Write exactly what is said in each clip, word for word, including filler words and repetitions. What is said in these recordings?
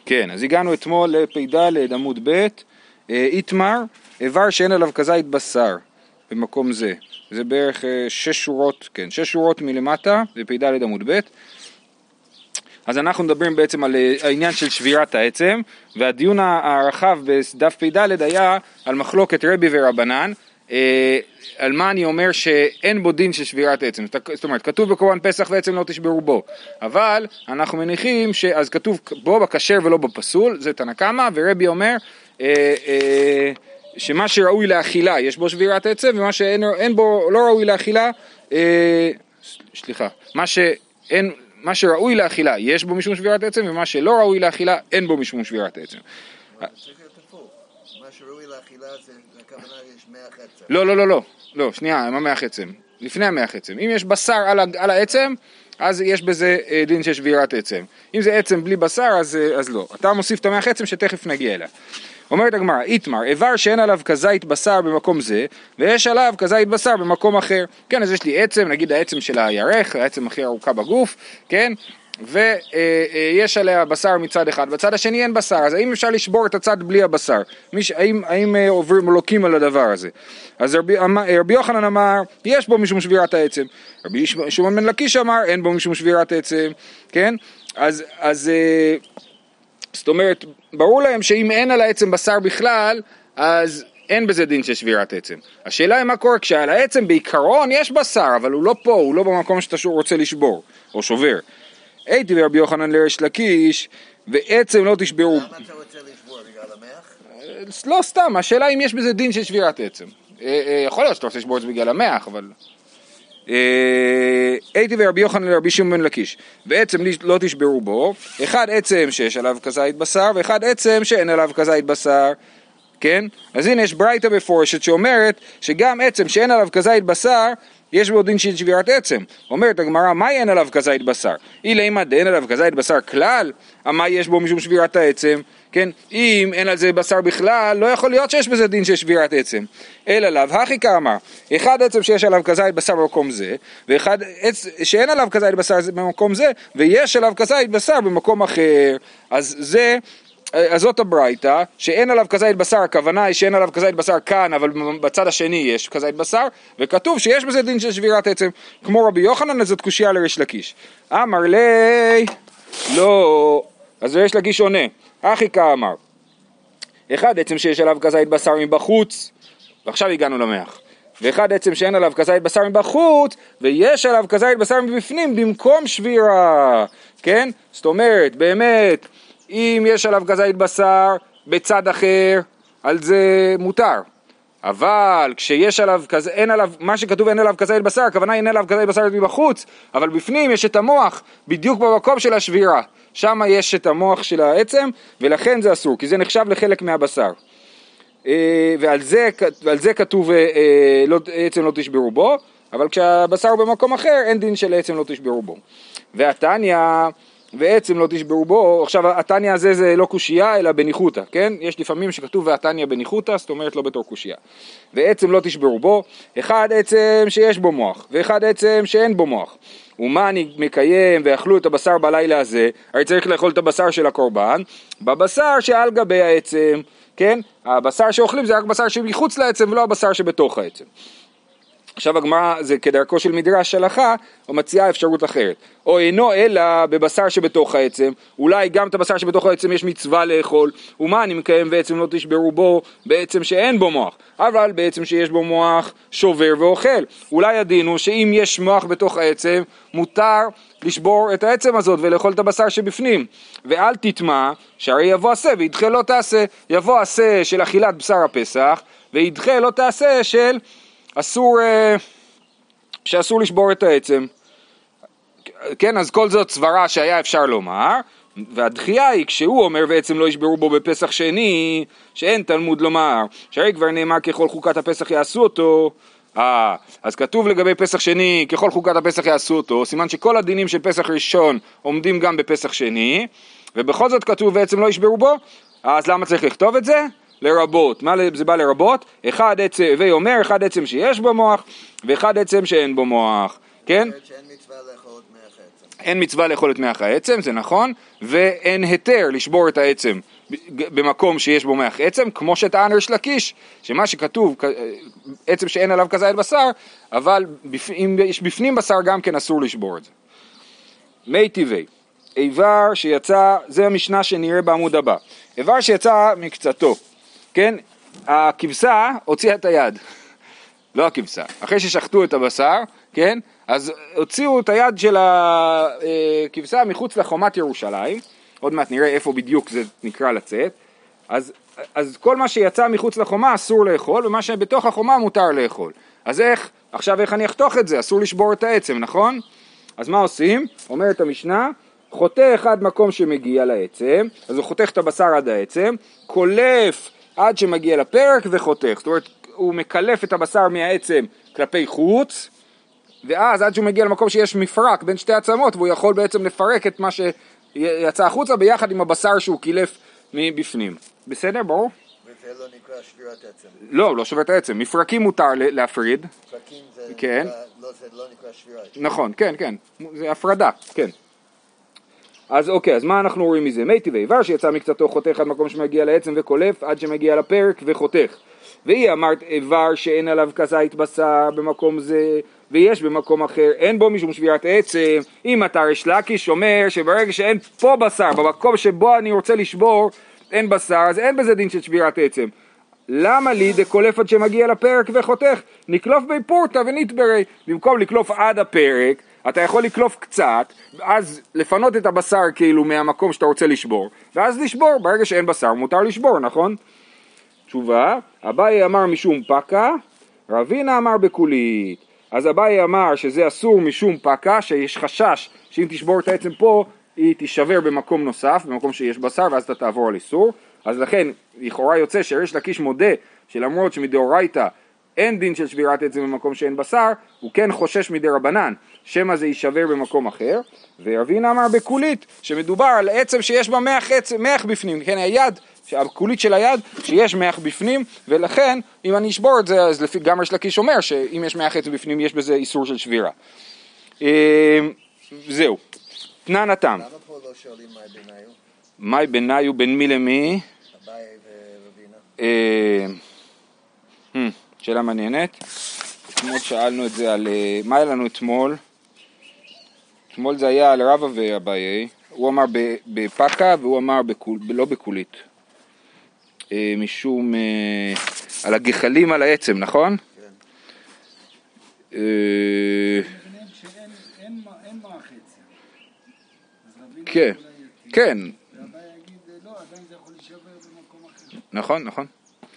כן, אז הגענו אתמול לפ"ד עמוד ב', איתמר, איבר שאין עליו כזית בשר, במקום זה. זה בערך שש שורות, כן, שש שורות מלמטה, בפ"ד עמוד ב'. אז אנחנו מדברים בעצם על העניין של שבירת העצם, והדיון הרחב בדף פ"ד היה על מחלוקת רבי ורבנן, על מה אני אומר שאין בו דין של שבירת עצם. זאת אומרת, כתוב בקורבן פסח ועצם לא תשברו בו, אבל אנחנו מניחים שאז כתוב בו בכשר ולא בפסול, זה תנא קמא, ורבי אומר אה, אה, שמה שראוי לאכילה יש בו שבירת עצם, ומה שאין אין בו לא ראוי לאכילה, אה, סליחה, מה שאין מה שראוי לאכילה יש בו משום שבירת עצם, ומה שלא ראוי לאכילה אין בו משום שבירת עצם. מה שראוי לאכילה זה הכוונה יש מח עצם. לא, לא, לא, לא, לא, שנייה, עם המח עצם, לפני המח עצם. אם יש בשר על, על העצם, אז יש בזה דין של שבירת עצם. אם זה עצם בלי בשר, אז, אז לא. אתה מוסיף את המח עצם שתכף נגיע אליה. אומרת הגמרא, איתמר, איבר שאין עליו כזית בשר במקום זה, ויש עליו כזית בשר במקום אחר. כן, אז יש לי עצם, נגיד העצם של הירך, העצם הכי ארוכה בגוף, כן? ויש עליה בשר מצד אחד, בצד השני אין בשר, אז האם אפשר לשבור את הצד בלי הבשר? מיש, האם, האם עוברים מלוקים על הדבר הזה? אז רבי, רבי יוחנן אמר, יש בו משום שבירת העצם. רבי שמעון בן לקיש אמר, אין בו משום שבירת עצם, כן? אז, אז זאת אומרת, ברור להם שאם אין על העצם בשר בכלל, אז אין בזה דין של שבירת עצם. השאלה היא מה קורה כשעל העצם בעיקרון יש בשר, אבל הוא לא פה, הוא לא במקום שאתה רוצה לשבור, או שובר. הייתי ורבי יוחנן לריש לקיש, ועצם לא תשברו. למה אתה רוצה לשבור? בגלל המח? לא סתם, השאלה אם יש בזה דין של שבירת עצם. יכול להיות שאתה רוצה לשבור את זה בגלל המח, אבל... הייתי ורבי יוחנן לרבי שמעון בן לקיש, ועצם לא תשברו בו, אחד עצם שיש עליו כזית בשר, ואחד עצם שאין עליו כזית בשר, כן? אז הנה יש ברייתא מפורשת שאומרת שגם עצם שאין עליו כזית בשר, יש בו דין של שבירת עצם. אומרת הגמרא, מה אין עליו כזית בשר? אילא אם אין עליו כזית בשר כלל, מה יש בו משום שבירת העצם? כן? אם אין על זה בשר בכלל, לא יכול להיות שיש בזה דין של שבירת עצם. אלא לאו הכי כאמר, אחד עצם שיש עליו כזית בשר במקום זה, ואחד עצם שאין עליו כזית בשר במקום זה, ויש עליו כזית בשר במקום אחר. אז זה... אז זאת הברייתא, שאין עליו כזית בשר, הכוונה היא שאין עליו כזית בשר כאן, אבל בצד השני יש כזית בשר, וכתוב שיש בזה דין של שבירת עצם, כמו רבי יוחנן, אז זאת קושיה לריש לקיש. אמר לי, לא, אז ריש לקיש עונה, אחי כאמר, אחד עצם שיש עליו כזית בשר מבחוץ, ועכשיו הגענו למח, ואחד עצם שאין עליו כזית בשר מבחוץ, ויש עליו כזית בשר מבפנים, במקום שבירה, כן? זאת אומרת, באמת, אם יש עליו כזית בשר בצד אחר, על זה מותר. אבל כשיש עליו, אין עליו, מה שכתוב אין עליו כזית בשר, הכוונה אין עליו כזית בשר מבחוץ, אבל בפנים יש את המוח, בדיוק במקום של השבירה. שם יש את המוח של העצם, ולכן זה אסור, כי זה נחשב לחלק מהבשר. ועל זה, ועל זה כתוב, לא, עצם לא תשברו בו, אבל כשהבשר הוא במקום אחר, אין דין של עצם לא תשברו בו. והתניא... ועצם לא תשברו בו, עכשיו התניא הזה זה לא קושייה אלא בניחותא, כן? יש לפעמים שכתוב והתניא בניחותא, זאת אומרת לא בתור קושייה. ועצם לא תשברו בו, אחד עצם שיש בו מוח, ואחד עצם שאין בו מוח. ומה אני מקיים ואכלו את הבשר בלילה הזה, הרי צריך לאכול את הבשר של הקורבן, בבשר שעל גבי העצם, כן? הבשר שאוכלים זה רק בשר שמחוץ לעצם ולא הבשר שבתוך העצם. עכשיו הגמרא זה כדרכו של מדרש הלכה, או מציעה אפשרות אחרת. או אינו אלא בבשר שבתוך העצם, אולי גם את הבשר שבתוך העצם יש מצווה לאכול, ומה אני מקיים בעצם לא תשברו בו, בעצם שאין בו מוח, אבל בעצם שיש בו מוח שובר ואוכל. אולי הדין הוא שאם יש מוח בתוך העצם, מותר לשבור את העצם הזאת ולאכול את הבשר שבפנים. ואל תטמע, שהרי יבוא עשה וידחה לא תעשה, יבוא עשה של אכילת בשר הפסח, וידחה לא תעשה של... אסור, שאסור לשבור את העצם. כן, אז כל זאת סברה שהיה אפשר לומר, והדחייה היא כשהוא אומר בעצם לא ישברו בו בפסח שני, שאין תלמוד לומר, שהרי כבר נאמר ככל חוקת הפסח יעשו אותו, אה, אז כתוב לגבי פסח שני, ככל חוקת הפסח יעשו אותו, סימן שכל הדינים של פסח ראשון עומדים גם בפסח שני, ובכל זאת כתוב בעצם לא ישברו בו, אז למה צריך לכתוב את זה? לרבות, מה זה בא לרבות? אחד עצם, ואומר אחד עצם שיש בו מוח, ואחד עצם שאין בו מוח, כן? שאין מצווה לאכול מח עצם. אין מצווה לאכול את מח העצם, זה נכון, ואין היתר לשבור את העצם במקום שיש בו מח עצם, כמו שטען ריש לקיש, שמה שכתוב, עצם שאין עליו כזית בשר, אבל אם יש בפנים בשר גם כן אסור לשבור את זה. מי טבעי, איבר שיצא, זה המשנה שנראה בעמוד הבא, איבר שיצא מקצתו, כן, הכבשה הוציאה את היד, לא הכבשה, אחרי ששחטו את הבשר, כן, אז הוציאו את היד של הכבשה מחוץ לחומת ירושלים, עוד מעט נראה איפה בדיוק זה נקרא לצאת, אז, אז כל מה שיצא מחוץ לחומה אסור לאכול, ומה שבתוך החומה מותר לאכול. אז איך, עכשיו איך אני אחתוך את זה? אסור לשבור את העצם, נכון? אז מה עושים? אומרת המשנה, חותך אחד מקום שמגיע לעצם, אז הוא חותך את הבשר עד העצם, קולף עד שמגיע לפרק וחותך, זאת אומרת, הוא מקלף את הבשר מהעצם כלפי חוץ, ואז עד שהוא מגיע למקום שיש מפרק בין שתי עצמות, והוא יכול בעצם לפרק את מה שיצא החוצה ביחד עם הבשר שהוא קילף מבפנים. בסדר, ברור? וזה לא נקרא שבירת עצם. לא, לא שבירת העצם. מפרקים מותר להפריד. מפרקים זה, כן. לא, זה לא נקרא שבירת. נכון, כן, כן. זה הפרדה, כן. אז אוקיי, אז מה אנחנו רואים מזה? מי טבעי, איבר שיצא מקצתו חותך עד מקום שמגיע לעצם וקולף עד שמגיע לפרק וחותך. והיא אמרת איבר שאין עליו כזית בשר במקום זה ויש במקום אחר, אין בו משום שבירת עצם. אם אתה ריש לקיש אומר שברגע שאין פה בשר, במקום שבו אני רוצה לשבור אין בשר, אז אין בזה דין של שבירת עצם. למה לי דקולף עד שמגיע לפרק וחותך? נקלוף בי פורטה ונתברי. במקום לקלוף עד הפרק, אתה יכול לקלוף קצת, אז לפנות את הבשר כאילו מהמקום שאתה רוצה לשבור, ואז לשבור, ברגע שאין בשר מותר לשבור, נכון? תשובה, אביי אמר משום פקה, רבינה אמר בקולית. אז אביי אמר שזה אסור משום פקה, שיש חשש שאם תשבור את העצם פה, היא תישבר במקום נוסף, במקום שיש בשר, ואז אתה תעבור על איסור. אז לכן, לכאורה יוצא שריש לקיש מודה, שלמרות שמדאורייתא אין דין של שבירת עצם במקום שאין בשר, הוא כן חושש מדי רבנן, שמה זה יישבר במקום אחר. ורבינה אמר בקולית, שמדובר על עצם שיש בה מח, עצם, מח בפנים, כן, היד, הקולית של היד, שיש מח בפנים, ולכן, אם אני אשבור את זה, אז לפי גם ריש לקיש אומר, שאם יש מח עצם בפנים, יש בזה איסור של שבירה. זהו. תנן התם. למה פה לא שואלים מאי ביניו? מאי ביניו בין מי למי? אביי ורבינה. שאלה מעניינת. אתמול שאלנו את זה על... מה היה לנו אתמול? אתמול זה היה על רבא ואביי. הוא אמר בפקה והוא אמר לא בקולית. משום... על הגחלים על העצם, נכון? כן. כן, כן. נכון, נכון.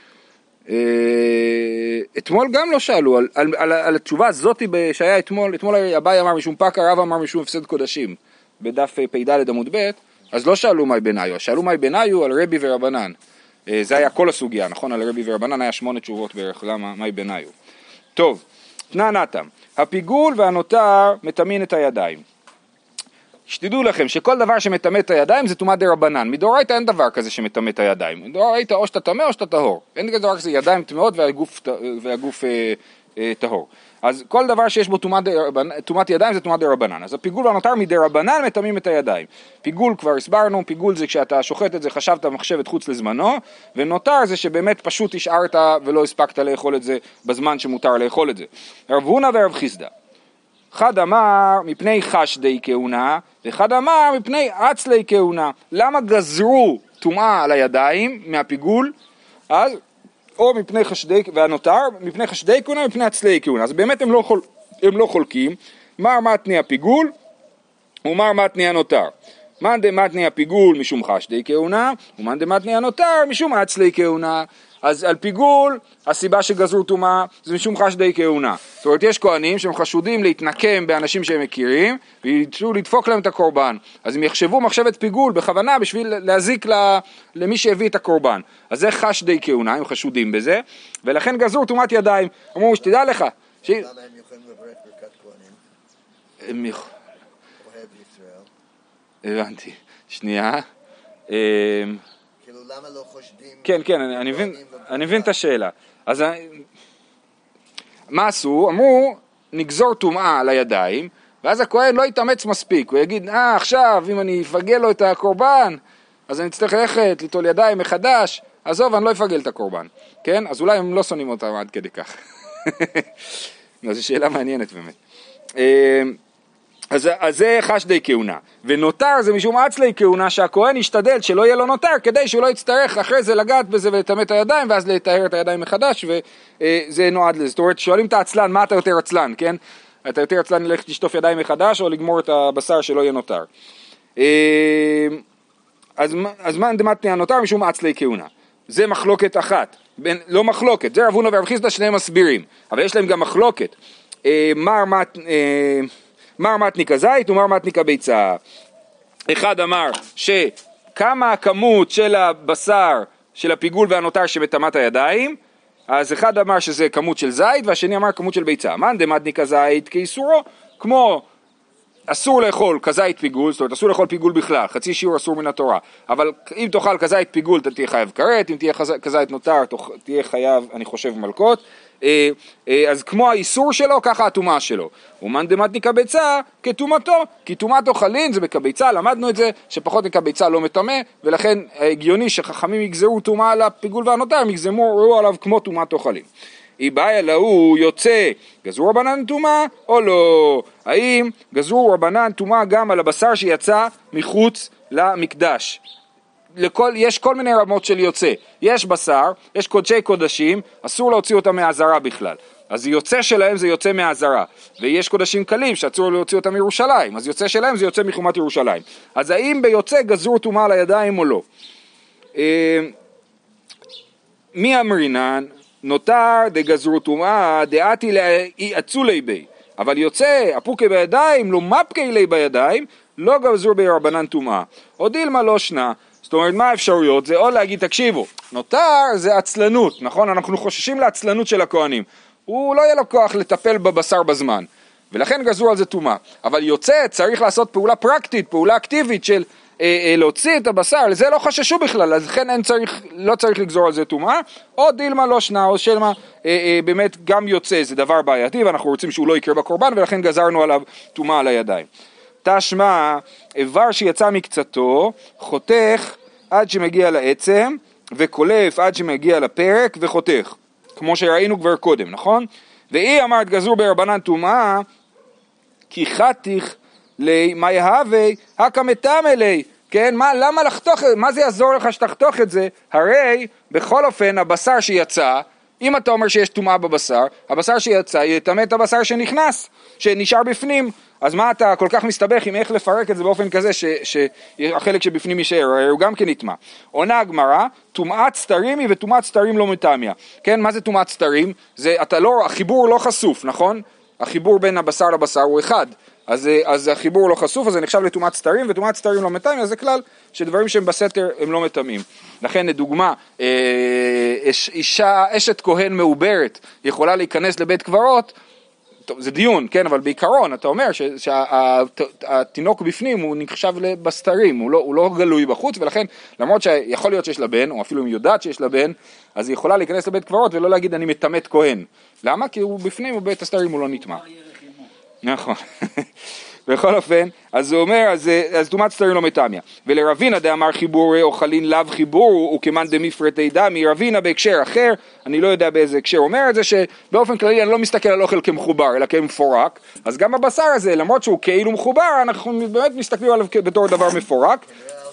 אתמול גם לא שאלו, על, על, על, על התשובה הזאת שהיה אתמול, אתמול אביי אמר משום פקה, רבא אמר משום הפסד קודשים, בדף פ"ד עמוד ב', אז לא שאלו מאי ביניו, שאלו מאי ביניו על רבי ורבנן. זה היה כל הסוגיה, נכון? על רבי ורבנן היה שמונה תשובות בערך, למה מאי ביניו. טוב, תנן התם, הפיגול והנותר מטמאים את הידיים. שתדעו לכם שכל דבר שמטמא את הידיים זה טומאה דרבנן. מדאורייתא אין דבר כזה שמטמא את הידיים. מדאורייתא או שאתה טמא או שאתה טהור. אין דבר כזה ידיים טמאות והגוף, והגוף אה, אה, טהור. אז כל דבר שיש בו טומאת ידיים זה טומאה דרבנן. אז הפיגול והנותר מדרבנן מטמאים את הידיים. פיגול כבר הסברנו, פיגול זה כשאתה שוחט את זה, חשבת מחשבת חוץ לזמנו, ונותר זה שבאמת פשוט השארת ולא הספקת לאכול את זה בזמן שמותר לאכול את זה. רב הונא ורב חיסדא. אחד אמר מפני חשדי כהונה, ואחד אמר מפני עצלי כהונה. למה גזרו טומאה על הידיים מהפיגול? אז, או מפני חשדי, והנותר, מפני חשדי כהונה, מפני עצלי כהונה. אז באמת הם לא, חול, הם לא חולקים. מר מתני הפיגול, ומר מתני הנותר. מאן דמתני הפיגול משום חשדי כהונה, ומאן דמתני הנותר משום עצלי כהונה. אז על פיגול, הסיבה שגזרו טומאה זה משום חשדי כהונה. זאת אומרת, יש כהנים שהם חשודים להתנקם באנשים שהם מכירים, ויצאו לדפוק להם את הקורבן. אז הם יחשבו מחשבת פיגול בכוונה בשביל להזיק למי שהביא את הקורבן. אז זה חשדי כהונה, הם חשודים בזה, ולכן גזרו טומאת ידיים. אמרו, שתדע לך. ש... למה הם יכולים לברך ברכת כהנים? הם יכולים... אוהב ישראל. הבנתי. שנייה. כאילו, למה לא חושדים? כן, כן, אני, אני, מבין, אני מבין את השאלה. אז מה עשו? אמרו, נגזור טומאה על הידיים, ואז הכהן לא יתאמץ מספיק, הוא יגיד, אה, עכשיו, אם אני אפגל לו את הקורבן, אז אני צריך ללכת, ליטול ידיים מחדש, עזוב, אני לא אפגל את הקורבן, כן? אז אולי הם לא שונאים אותם עד כדי כך. זו שאלה מעניינת באמת. אז, אז זה חשדי כהונה, ונותר זה משום עצלי כהונה שהכהן ישתדל שלא יהיה לו נותר, כדי שהוא לא יצטרך אחרי זה לגעת בזה ולטמא את הידיים, ואז לטהר את הידיים מחדש, וזה נועד לזה. זאת אומרת, שואלים את העצלן, מה אתה יותר עצלן, כן? אתה יותר עצלן ללכת לשטוף ידיים מחדש, או לגמור את הבשר שלא יהיה נותר. אז, אז מה דמתני הנותר משום עצלי כהונה? זה מחלוקת אחת, בין, לא מחלוקת, זה רב הונא ורב חיסדא שניהם מסבירים, אבל יש להם גם מחלוקת. מר מת... מר מתניק הזית ומר מתניק הביצה. אחד אמר שכמה הכמות של הבשר של הפיגול והנותר שבטמאת הידיים, אז אחד אמר שזה כמות של זית והשני אמר כמות של ביצה. מאן דמתניק הזית כאיסורו, כמו אסור לאכול כזית פיגול, זאת אומרת אסור לאכול פיגול בכלל, חצי שיעור אסור מן התורה, אבל אם תאכל כזית פיגול אתה תהיה חייב כרת, אם תהיה כזית נותר תהיה חייב, אני חושב, מלכות. אז כמו האיסור שלו, ככה הטומאה שלו. ומאן דמתניק הביצה כטומאתו, כי טומאת אוכלין זה בכביצה, למדנו את זה שפחות מכביצה לא מטמא, ולכן הגיוני שחכמים יגזרו טומאה על הפיגול והנותר, הם יגזרו עליו כמו טומאת אוכלין. היא באה להוא יוצא, גזרו רבנן טומאה או לא? האם גזרו רבנן טומאה גם על הבשר שיצא מחוץ למקדש? לכל, יש כל מיני רמות של יוצא, יש בשר, יש קודשי קודשים, אסור להוציא אותם מהעזרה בכלל, אז יוצא שלהם זה יוצא מהעזרה, ויש קודשים קלים שאסור להוציא אותם מירושלים, אז יוצא שלהם זה יוצא מחומת ירושלים, אז האם ביוצא גזרו טומאה על הידיים או לא? מי אמרינן? נותר דגזרו טומאה דעתי לאצולי בי, אבל יוצא אפוקי בידיים לא מפקי לי בידיים, לא גזרו ברבנן טומאה, או דילמה לא שנה. זאת אומרת, מה האפשרויות? זה או להגיד, תקשיבו, נותר זה עצלנות, נכון? אנחנו חוששים לעצלנות של הכהנים. הוא לא יהיה לו כוח לטפל בבשר בזמן, ולכן גזרו על זה טומאה. אבל יוצא, צריך לעשות פעולה פרקטית, פעולה אקטיבית של אה, אה, להוציא את הבשר, לזה לא חששו בכלל, אז לכן אין צריך, לא צריך לגזור על זה טומאה, או דילמה לא שנה, או שלמה, אה, אה, באמת גם יוצא, זה דבר בעייתי, ואנחנו רוצים שהוא לא יקרה בקורבן, ולכן גזרנו עליו טומאה על הידיים. תשמע, איבר שיצא מקצתו, חותך עד שמגיע לעצם, וקולף עד שמגיע לפרק, וחותך, כמו שראינו כבר קודם, נכון? והיא אמרת גזרו ברבנן טומאה, כי חתיך לי מה יהווה, הקא מטמא לי, כן? מה, למה לחתוך, מה זה יעזור לך שתחתוך את זה? הרי בכל אופן הבשר שיצא, אם אתה אומר שיש טומאה בבשר, הבשר שיצא יטמא את הבשר שנכנס, שנשאר בפנים, אז מה אתה כל כך מסתבך עם איך לפרק את זה באופן כזה שהחלק שבפנים יישאר, הוא גם כן יטמא. עונה הגמרא, טומאת סתרים היא וטומאת סתרים לא מטמאה. כן, מה זה טומאת סתרים? זה, אתה לא, החיבור לא חשוף, נכון? החיבור בין הבשר לבשר הוא אחד. אז, אז החיבור לא חשוף, אז זה נחשב לטומאת סתרים, וטומאת סתרים לא מטמאים, אז זה כלל שדברים שהם בסתר הם לא מטמאים. לכן לדוגמה, אישה, אשת כהן מעוברת, יכולה להיכנס לבית קברות, זה דיון, כן, אבל בעיקרון אתה אומר שהתינוק בפנים הוא נחשב לבסתרים, הוא לא, הוא לא גלוי בחוץ, ולכן למרות שיכול להיות שיש לה בן, או אפילו אם יודעת שיש לה בן, אז היא יכולה להיכנס לבית קברות ולא להגיד אני מטמאת כהן. למה? כי הוא בפנים ובית הסתרים הוא לא נטמא. נכון. בכל אופן, אז הוא אומר, אז, אז טומאת סתרים לא מטמאה. ולרבינה דאמר חיבור אוכלין לאו חיבור, וכמן דמפרטי דמי, רבינה בהקשר אחר, אני לא יודע באיזה הקשר אומר את זה, שבאופן כללי אני לא מסתכל על אוכל כמחובר, אלא כמפורק, אז גם הבשר הזה, למרות שהוא כאילו מחובר, אנחנו באמת מסתכלים עליו בתור דבר מפורק.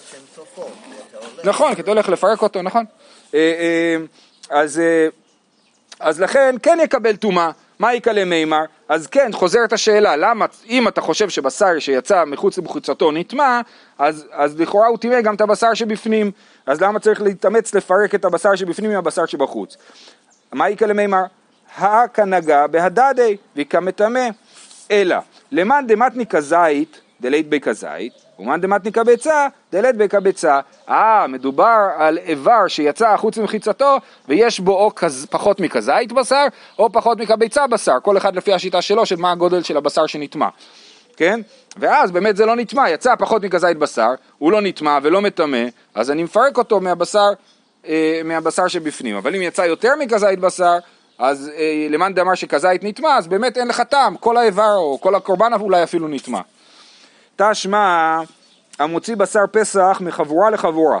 נכון, כי אתה הולך לפרק אותו, נכון. אז, אז לכן כן יקבל טומאה. מה יקלה מימר? אז כן, חוזרת השאלה, למה, אם אתה חושב שבשר שיצא מחוץ למחוצתו נטמא, אז, אז לכאורה הוא תימא גם את הבשר שבפנים, אז למה צריך להתאמץ לפרק את הבשר שבפנים מהבשר שבחוץ? מה יקלה מימר? הכנגה בהדדי וכמטמא, אלא למאן דמתניק הזית דלית ביק הזית, ומאן דמתניק הביצה דלית ביק הביצה. אה, מדובר על איבר שיצא חוץ ממחיצתו ויש בו או כז, פחות מכזית בשר או פחות מכביצה בשר, כל אחד לפי השיטה שלו של מה הגודל של הבשר שנטמא, כן? ואז באמת זה לא נטמא, יצא פחות מכזית בשר, הוא לא נטמא ולא מטמא, אז אני מפרק אותו מהבשר, אה, מהבשר שבפנים. אבל אם יצא יותר מכזית בשר, אז אה, למען דאמר שכזית נטמע, אז באמת אין לך טעם, כל האיבר או כל הקורבן אולי אפילו נטמע. תשמע, המוציא בשר פסח מחבורה לחבורה,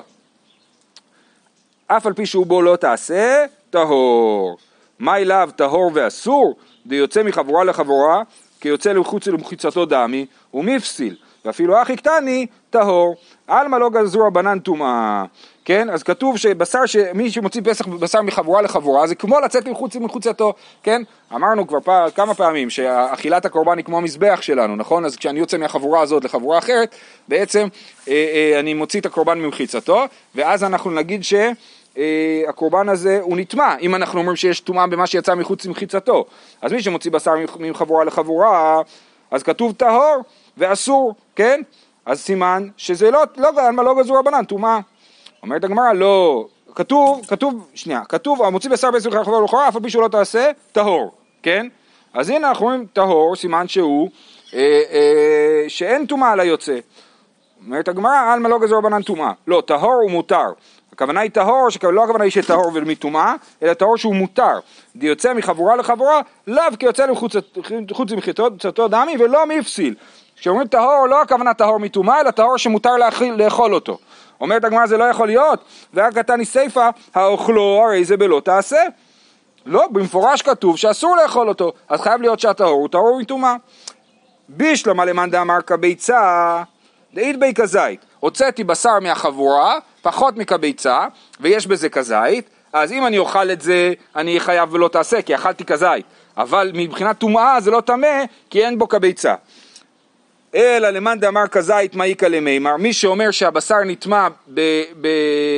אף על פי שהוא בו לא תעשה, טהור. מה אליו טהור ואסור? זה יוצא מחבורה לחבורה, כי יוצא לחוץ למחיצתו דמי, ומפסיל. ואפילו אחי קטני, טהור. אלמה לא גזרו רבנן טומאה. כן? אז כתוב שבשר, שמי שמוציא פסח בשר מחבורה לחבורה, זה כמו לצאת מחוץ למחיצתו. כן? אמרנו כבר פעם, כמה פעמים שאכילת הקורבן היא כמו המזבח שלנו, נכון? אז כשאני יוצא מהחבורה הזאת לחבורה אחרת, בעצם אה, אה, אני מוציא את הקורבן ממחיצתו, ואז אנחנו נגיד ש... הקורבן הזה הוא נטמע, אם אנחנו אומרים שיש טומאה במה שיצא מחוץ למחיצתו. אז מי שמוציא בשר מחבורה לחבורה, אז כתוב טהור ואסור, כן? אז סימן שזה לא, לא, לא, לא גזור רבנן, טומאה. אומרת הגמרא, לא, כתוב, כתוב, שנייה, כתוב, המוציא בשר בשר מחבורה לחבורה, אף על פי שהוא לא תעשה, טהור, כן? אז הנה אנחנו אומרים טהור, סימן שהוא, אה, אה, שאין טומאה על היוצא. אומרת הגמרא, אלמה לא גזור רבנן טומאה. לא, טהור הוא מותר. הכוונה היא טהור, שלא הכוונה היא שטהור ומטומאה, אלא טהור שהוא מותר. זה יוצא מחבורה לחבורה, לאו כי יוצא לחוץ למחיצתו דמי ולא מפסיל. כשאומרים טהור, לא הכוונה טהור מטומאה, אלא טהור שמותר לאכיל, לאכול אותו. אומרת הגמרא, זה לא יכול להיות, ורק קטני סיפא, האוכלו הרי זה בלא תעשה. לא, במפורש כתוב שאסור לאכול אותו, אז חייב להיות שהטהור הוא טהור מטומאה. בישלמה למאן דאמר כביצה, דאית בי כזית. הוצאתי בשר מהחבורה, פחות מכביצה, ויש בזה כזית, אז אם אני אוכל את זה, אני חייב ולא תעשה, כי אכלתי כזית. אבל מבחינת טומאה זה לא טמא, כי אין בו כביצה. אלא למאן דאמר כזית מאיקה למימר, מי שאומר שהבשר נטמע ב... ב...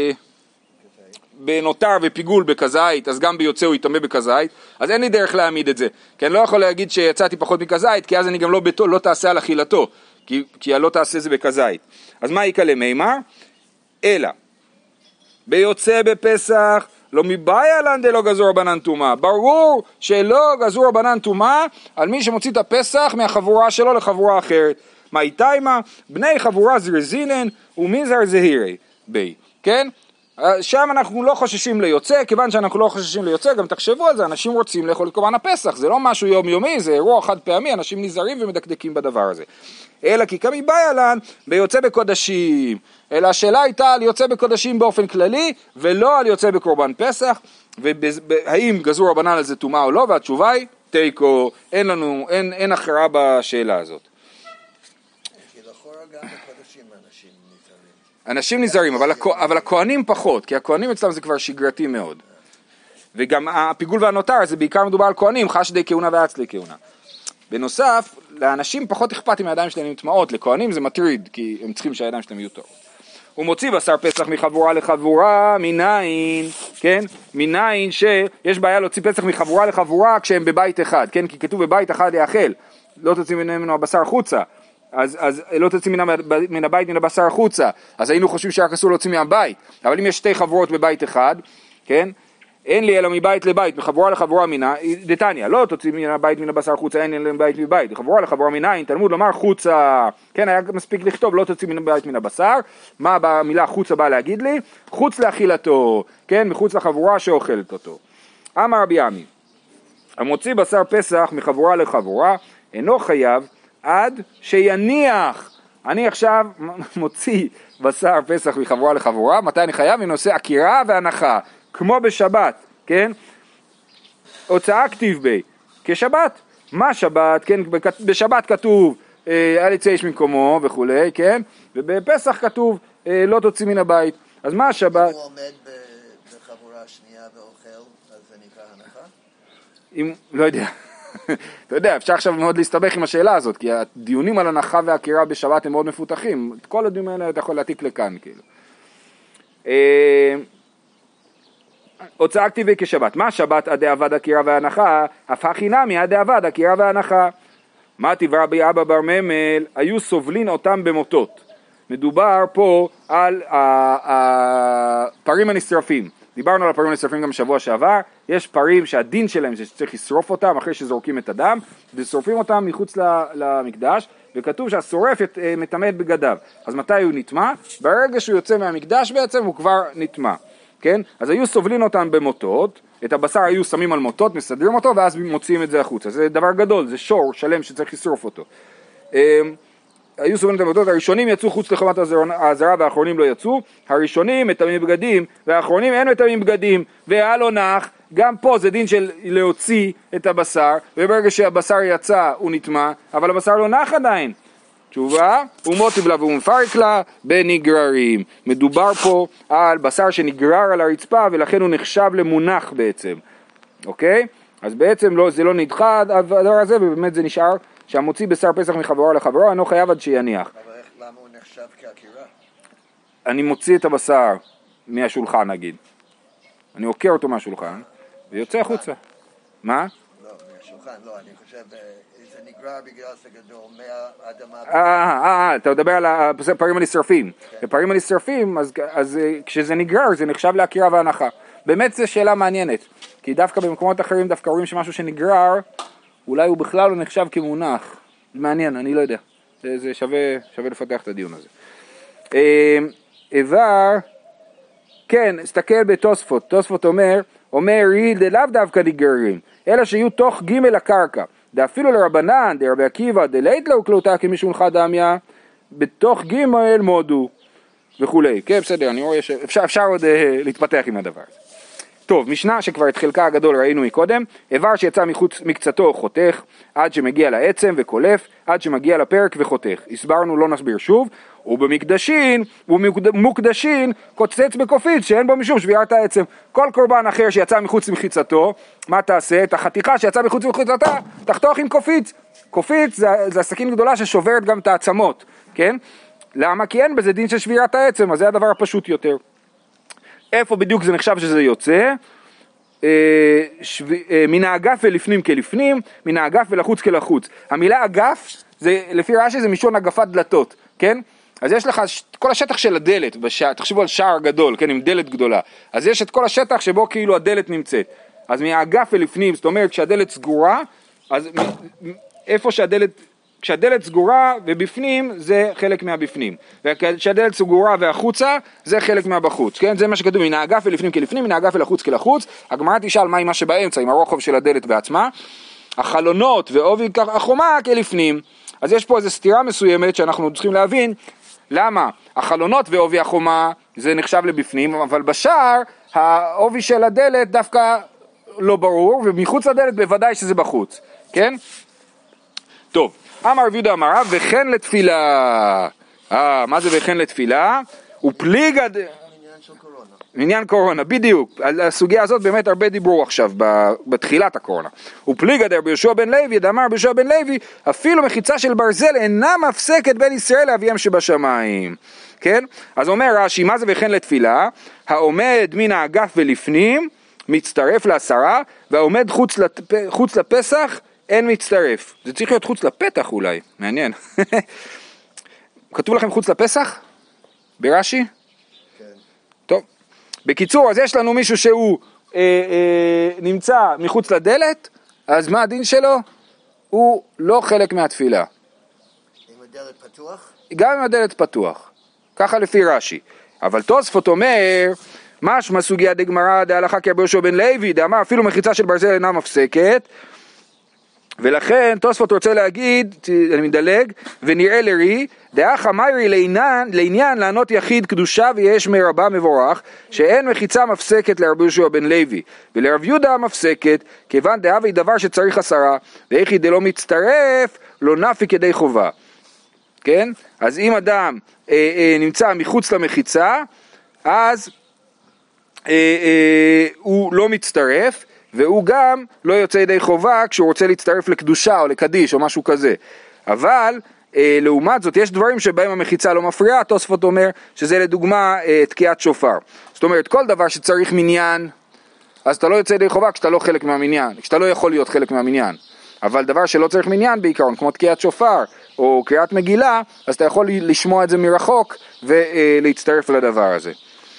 בנותר ופיגול בכזית, אז גם ביוצא הוא יטמא בכזית, אז אין לי דרך להעמיד את זה. כי אני לא יכול להגיד שיצאתי פחות מכזית, כי אז אני גם לא, ביתו, לא תעשה על אכילתו, כי, כי לא תעשה זה בכזית. אז מה יקלה מימר? אלא, ביוצא בפסח, לא מבעיה לן דלא גזור רבנן טומאה. ברור שלא גזור רבנן טומאה על מי שמוציא את הפסח מהחבורה שלו לחבורה אחרת. מה איתיימה? בני חבורה זרזינן ומזר זהירי בי. כן? שם אנחנו לא חוששים ליוצא, כיוון שאנחנו לא חוששים ליוצא, גם תחשבו על זה, אנשים רוצים לאכול את קורבן הפסח, זה לא משהו יומיומי, זה אירוע חד פעמי, אנשים נזהרים ומדקדקים בדבר הזה. אלא כי כמי בעיה לן ביוצא בקודשים, אלא השאלה הייתה על יוצא בקודשים באופן כללי, ולא על יוצא בקורבן פסח, והאם גזור רבנן על זה טומאה או לא, והתשובה היא, תיקו, אין לנו, אין, אין הכרעה בשאלה הזאת. כי לכאורה גם בקודשים אנשים נזהרים. אנשים נזהרים, אבל, הכ... אבל הכהנים פחות, כי הכהנים אצלם זה כבר שגרתי מאוד. וגם הפיגול והנותר זה בעיקר מדובר על כהנים, חשדי כהונה ועצלי כהונה. בנוסף, לאנשים פחות אכפת אם הידיים שלהם נטמעות, לכהנים זה מטריד, כי הם צריכים שהידיים שלהם יהיו טובות. הוא מוציא בשר פסח מחבורה לחבורה, מניין, כן? מניין שיש בעיה להוציא פסח מחבורה לחבורה כשהם בבית אחד, כן? כי כתוב בבית אחד יאכל, לא תוציא ממנו הבשר חוצה, אז, אז לא תוציא מן, מן הבית מן הבשר חוצה, אז היינו חושבים שרק אסור להוציא מהבית, אבל אם יש שתי חברות בבית אחד, כן? אין לי אלא מבית לבית, מחבורה לחבורה מינה, דתניא, לא תוציא מן הבית מן הבשר חוצה, אין לי מבית מבית, מחבורה לחבורה מיניים, תלמוד לומר חוצה, כן, היה מספיק לכתוב, לא תוציא מן הבית מן הבשר, מה במילה חוצה באה להגיד לי? חוץ לאכילתו, כן, מחוץ לחבורה שאוכלת אותו. אמר רבי עמי, המוציא בשר פסח מחבורה לחבורה, אינו חייב עד שיניח, אני עכשיו מוציא בשר פסח מחבורה לחבורה, מתי אני חייב? אני עושה עקירה והנחה, כמו בשבת, כן? הוצאה כתיב בי, כשבת. מה שבת? כן? בשבת כתוב אל יצא איש ממקומו וכולי, כן? ובפסח כתוב לא תוציא מן הבית. אז מה השבת? הוא עומד בחבורה שנייה ואוכל, אז זה נקרא הנחה? אם, לא יודע. אתה יודע, אפשר עכשיו מאוד להסתבך עם השאלה הזאת, כי הדיונים על הנחה והעקירה בשבת הם מאוד מפותחים. את כל הדיונים האלה אתה יכול להעתיק לכאן, כאילו. הוצאה כתיבי כשבת. מה שבת עד דאבד עקירה והנחה? הפך חינמי עד דאבד עקירה והנחה. מה תברא רבי אבא בר ממל? היו סובלין אותם במוטות. מדובר פה על הפרים הנשרפים. דיברנו על הפרים הנשרפים גם שבוע שעבר. יש פרים שהדין שלהם זה שצריך לשרוף אותם אחרי שזורקים את הדם, ושורפים אותם מחוץ למקדש, וכתוב שהשורף מטמא את בגדיו. אז מתי הוא נטמא? ברגע שהוא יוצא מהמקדש בעצם הוא כבר נטמא. כן? אז היו סובלין אותם במוטות, את הבשר היו שמים על מוטות, מסדרים אותו, ואז מוציאים את זה החוצה. זה דבר גדול, זה שור שלם שצריך לשרוף אותו. היו שמים את המוטות, הראשונים יצאו חוץ לחומת העזרה והאחרונים לא יצאו, הראשונים מטמאים בגדים, והאחרונים אין מטמאים בגדים, והיה לא נח, גם פה זה דין של להוציא את הבשר, וברגע שהבשר יצא הוא נטמא, אבל הבשר לא נח עדיין. תשובה, ומוטיב לה ומפרק לה בנגררים. מדובר פה על בשר שנגרר על הרצפה ולכן הוא נחשב למונח בעצם. אוקיי? אז בעצם לא, זה לא נדחה הדבר הזה, ובאמת זה נשאר שהמוציא בשר פסח מחברו לחברו, אינו חייב עד שיניח. אבל איך, למה הוא נחשב כעקירה? אני מוציא את הבשר מהשולחן נגיד. אני עוקר אותו מהשולחן ויוצא החוצה. מה? לא, מהשולחן, לא, אני חושב, זה נגרר בגלל זה גדול מהאדמה. אה, אה, אתה מדבר על הפרים הנשרפים. הפרים הנשרפים, אז כשזה נגרר זה נחשב לעקירה והנחה. באמת זו שאלה מעניינת, כי דווקא במקומות אחרים דווקא רואים שמשהו שנגרר, אולי הוא בכלל לא נחשב כמונח. מעניין, אני לא יודע. זה שווה, שווה לפתח את הדיון הזה. איבר, כן, הסתכל בתוספות. תוספות אומר, אומר, דלאו דווקא נגררים, אלא שיהיו תוך ג' הקרקע. דאפילו לרבנן, דרבי עקיבא, דלית לו כלותה כמשולחה דמיה, בתוך ג' מודו, וכולי. כן, בסדר, אני רואה שאפשר אפשר עוד uh, להתפתח עם הדבר הזה. טוב, משנה שכבר את חלקה הגדול ראינו מקודם, איבר שיצא מחוץ מקצתו חותך, עד שמגיע לעצם וקולף, עד שמגיע לפרק וחותך. הסברנו, לא נסביר שוב, ובמקדשין, ומוקדשין, קוצץ בקופיץ, שאין בו משום שבירת העצם. כל קורבן אחר שיצא מחוץ מחיצתו, מה תעשה? את החתיכה שיצא מחוץ מחיצתה, תחתוך עם קופיץ. קופיץ זה, זה הסכין גדולה ששוברת גם את העצמות, כן? למה? כי אין בזה דין של שבירת העצם, אז זה הדבר הפשוט יותר. איפה בדיוק זה נחשב שזה יוצא? אה, שו... אה, מן האגף ולפנים כלפנים, מן האגף ולחוץ כלחוץ. המילה אגף, זה, לפי רש"י זה משון אגפת דלתות, כן? אז יש לך כל השטח של הדלת, בשע... תחשבו על שער גדול, כן, עם דלת גדולה. אז יש את כל השטח שבו כאילו הדלת נמצאת. אז מהאגף ולפנים, זאת אומרת כשהדלת סגורה, אז איפה שהדלת... כשהדלת סגורה ובפנים זה חלק מהבפנים, וכשהדלת סגורה והחוצה זה חלק מהבחוץ, כן? זה מה שכתוב, מן האגף ולפנים כלפנים, מן האגף ולחוץ כלחוץ. הגמרא תשאל מה עם מה שבאמצע, עם הרוחב של הדלת בעצמה, החלונות ועובי החומה כלפנים. אז יש פה איזו סתירה מסוימת שאנחנו צריכים להבין למה החלונות ועובי החומה זה נחשב לבפנים, אבל בשער העובי של הדלת דווקא לא ברור, ומחוץ לדלת בוודאי שזה בחוץ, כן? טוב, אמר רב יהודה אמר רב, וכן לתפילה. אה, מה זה וכן לתפילה? ופליגה... עניין של קורונה. עניין קורונה, בדיוק. על הסוגיה הזאת באמת הרבה דיברו עכשיו, בתחילת הקורונה. ופליגה דרבי יהושע בן לוי, דאמר רבי יהושע בן לוי, אפילו מחיצה של ברזל אינה מפסקת בין ישראל לאביהם שבשמיים. כן? אז אומר רש"י, מה זה וכן לתפילה? העומד מן האגף ולפנים, מצטרף לעשרה, והעומד חוץ, לפ... חוץ לפסח, אין מצטרף. זה צריך להיות חוץ לפתח אולי, מעניין. כתוב לכם חוץ לפסח? ברש"י? כן. טוב. בקיצור, אז יש לנו מישהו שהוא אה, אה, נמצא מחוץ לדלת, אז מה הדין שלו? הוא לא חלק מהתפילה. עם הדלת פתוח? גם עם הדלת פתוח. ככה לפי רש"י. אבל תוספות אומר, משמע סוגיה דגמרא דהלכה כרבי יהושע בן לוי, דאמר אפילו מחיצה של ברזל אינה מפסקת, ולכן תוספות רוצה להגיד, אני מדלג, ונראה לרי, דאח אמרי לעניין, לעניין לענות יחיד קדושה ויש מרבה מבורך, שאין מחיצה מפסקת לרבי יהושע בן לוי, ולרב יהודה מפסקת, כיוון דהווי דבר שצריך עשרה, ואיכי דלא מצטרף, לא נפי כדי חובה. כן? אז אם אדם אה, אה, נמצא מחוץ למחיצה, אז אה, אה, הוא לא מצטרף, והוא גם לא יוצא ידי חובה כשהוא רוצה להצטרף לקדושה או לקדיש או משהו כזה. אבל אה, לעומת זאת יש דברים שבהם המחיצה לא מפריעה, תוספות אומר שזה לדוגמה אה, תקיעת שופר. זאת אומרת כל דבר שצריך מניין, אז אתה לא יוצא ידי חובה כשאתה לא חלק מהמניין, כשאתה לא יכול להיות חלק מהמניין. אבל דבר שלא צריך מניין בעיקרון, כמו תקיעת שופר או קריאת מגילה, אז אתה יכול לשמוע את זה מרחוק ולהצטרף לדבר הזה.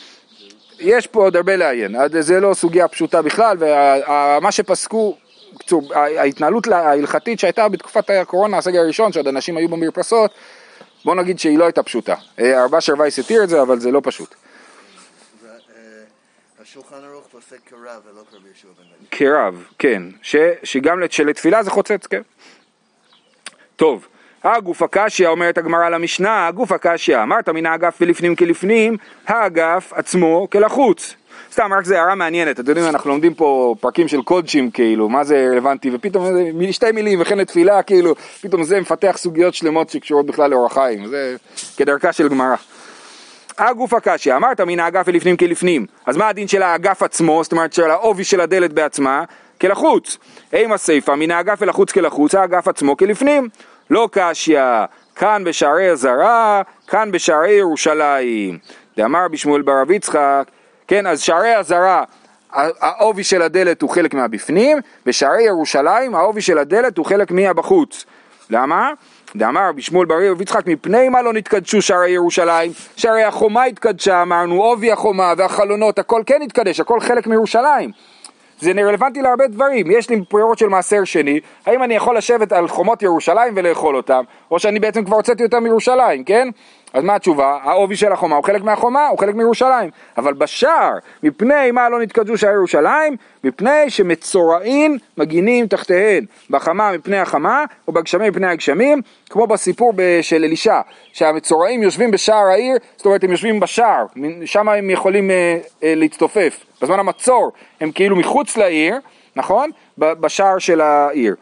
יש פה עוד הרבה לעיין, זה לא סוגיה פשוטה בכלל, ומה שפסקו, ההתנהלות ההלכתית שהייתה בתקופת הקורונה, הסגר הראשון, שעוד אנשים היו במרפסות, בוא נגיד שהיא לא הייתה פשוטה. ארבע שרווייס התיר את זה, אבל זה לא פשוט. השולחן ערוך פוסק כרב ולא כרב יהושע בן לוי. כרב, כן, ש, שגם שלתפילה זה חוצץ, כן. טוב, הגוף הקשיא אומרת הגמרא למשנה, הגוף הקשיא, אמרת מן האגף ולפנים כלפנים, האגף עצמו כלחוץ. סתם, רק זה הערה מעניינת, אתם יודעים, אנחנו לומדים פה פרקים של קודשים, כאילו, מה זה רלוונטי, ופתאום שתי מילים וכן לתפילה, כאילו, פתאום זה מפתח סוגיות שלמות שקשורות בכלל לאורח חיים, זה כדרכה של גמרא. הגוף הקשיא, אמרת מן האגף ולפנים כלפנים, אז מה הדין של האגף עצמו, זאת אומרת של העובי של הדלת בעצמה, כלחוץ. אם הסיפה, מן האגף ולחוץ כלחוץ, האגף עצמו כלפנים. לא קשיא, כאן בשערי הזרה, כאן בשערי ירושלים. דאמר בשמואל בר רב יצחק, כן, אז שערי הזרה, העובי של הדלת הוא חלק מהבפנים, בשערי ירושלים, העובי של הדלת הוא חלק מהבחוץ. למה? דאמר בשמואל בר רב יצחק, מפני מה לא נתקדשו שערי ירושלים? שערי החומה התקדשה, אמרנו, עובי החומה והחלונות, הכל כן התקדש, הכל חלק מירושלים. זה רלוונטי להרבה דברים, יש לי פירות של מעשר שני, האם אני יכול לשבת על חומות ירושלים ולאכול אותם, או שאני בעצם כבר הוצאתי אותם מירושלים, כן? אז מה התשובה? העובי של החומה הוא חלק מהחומה, הוא חלק מירושלים, אבל בשער, מפני מה לא נתקדשו שער ירושלים? מפני שמצורעין מגינים תחתיהן, בחמה מפני החמה, או בגשמים מפני הגשמים, כמו בסיפור של אלישע, שהמצורעים יושבים בשער העיר, זאת אומרת הם יושבים בשער, שם הם יכולים אה, אה, להצטופף, בזמן המצור הם כאילו מחוץ לעיר, נכון? בשער של העיר.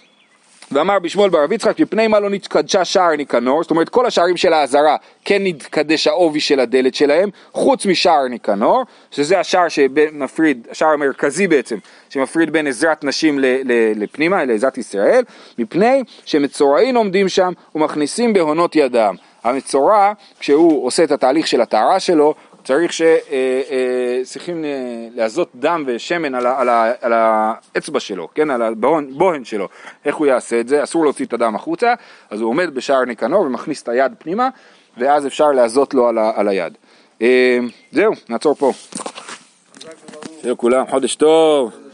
ואמר בשמואל בר רב יצחק, מפני מה לא נתקדשה שער ניקנור, זאת אומרת כל השערים של העזרה כן נתקדש העובי של הדלת שלהם, חוץ משער ניקנור, שזה השער שמפריד, השער המרכזי בעצם, שמפריד בין עזרת נשים לפנימה, לעזרת ישראל, מפני שמצורעים עומדים שם ומכניסים בהונות ידם. המצורע, כשהוא עושה את התהליך של הטהרה שלו, צריך שצריכים לעזות דם ושמן על, על, על האצבע שלו, כן? על הבוהן שלו. איך הוא יעשה את זה? אסור להוציא את הדם החוצה, אז הוא עומד בשער ניקנור ומכניס את היד פנימה, ואז אפשר לעזות לו על, על היד. זהו, נעצור פה. שיהיה לכולם, חודש טוב.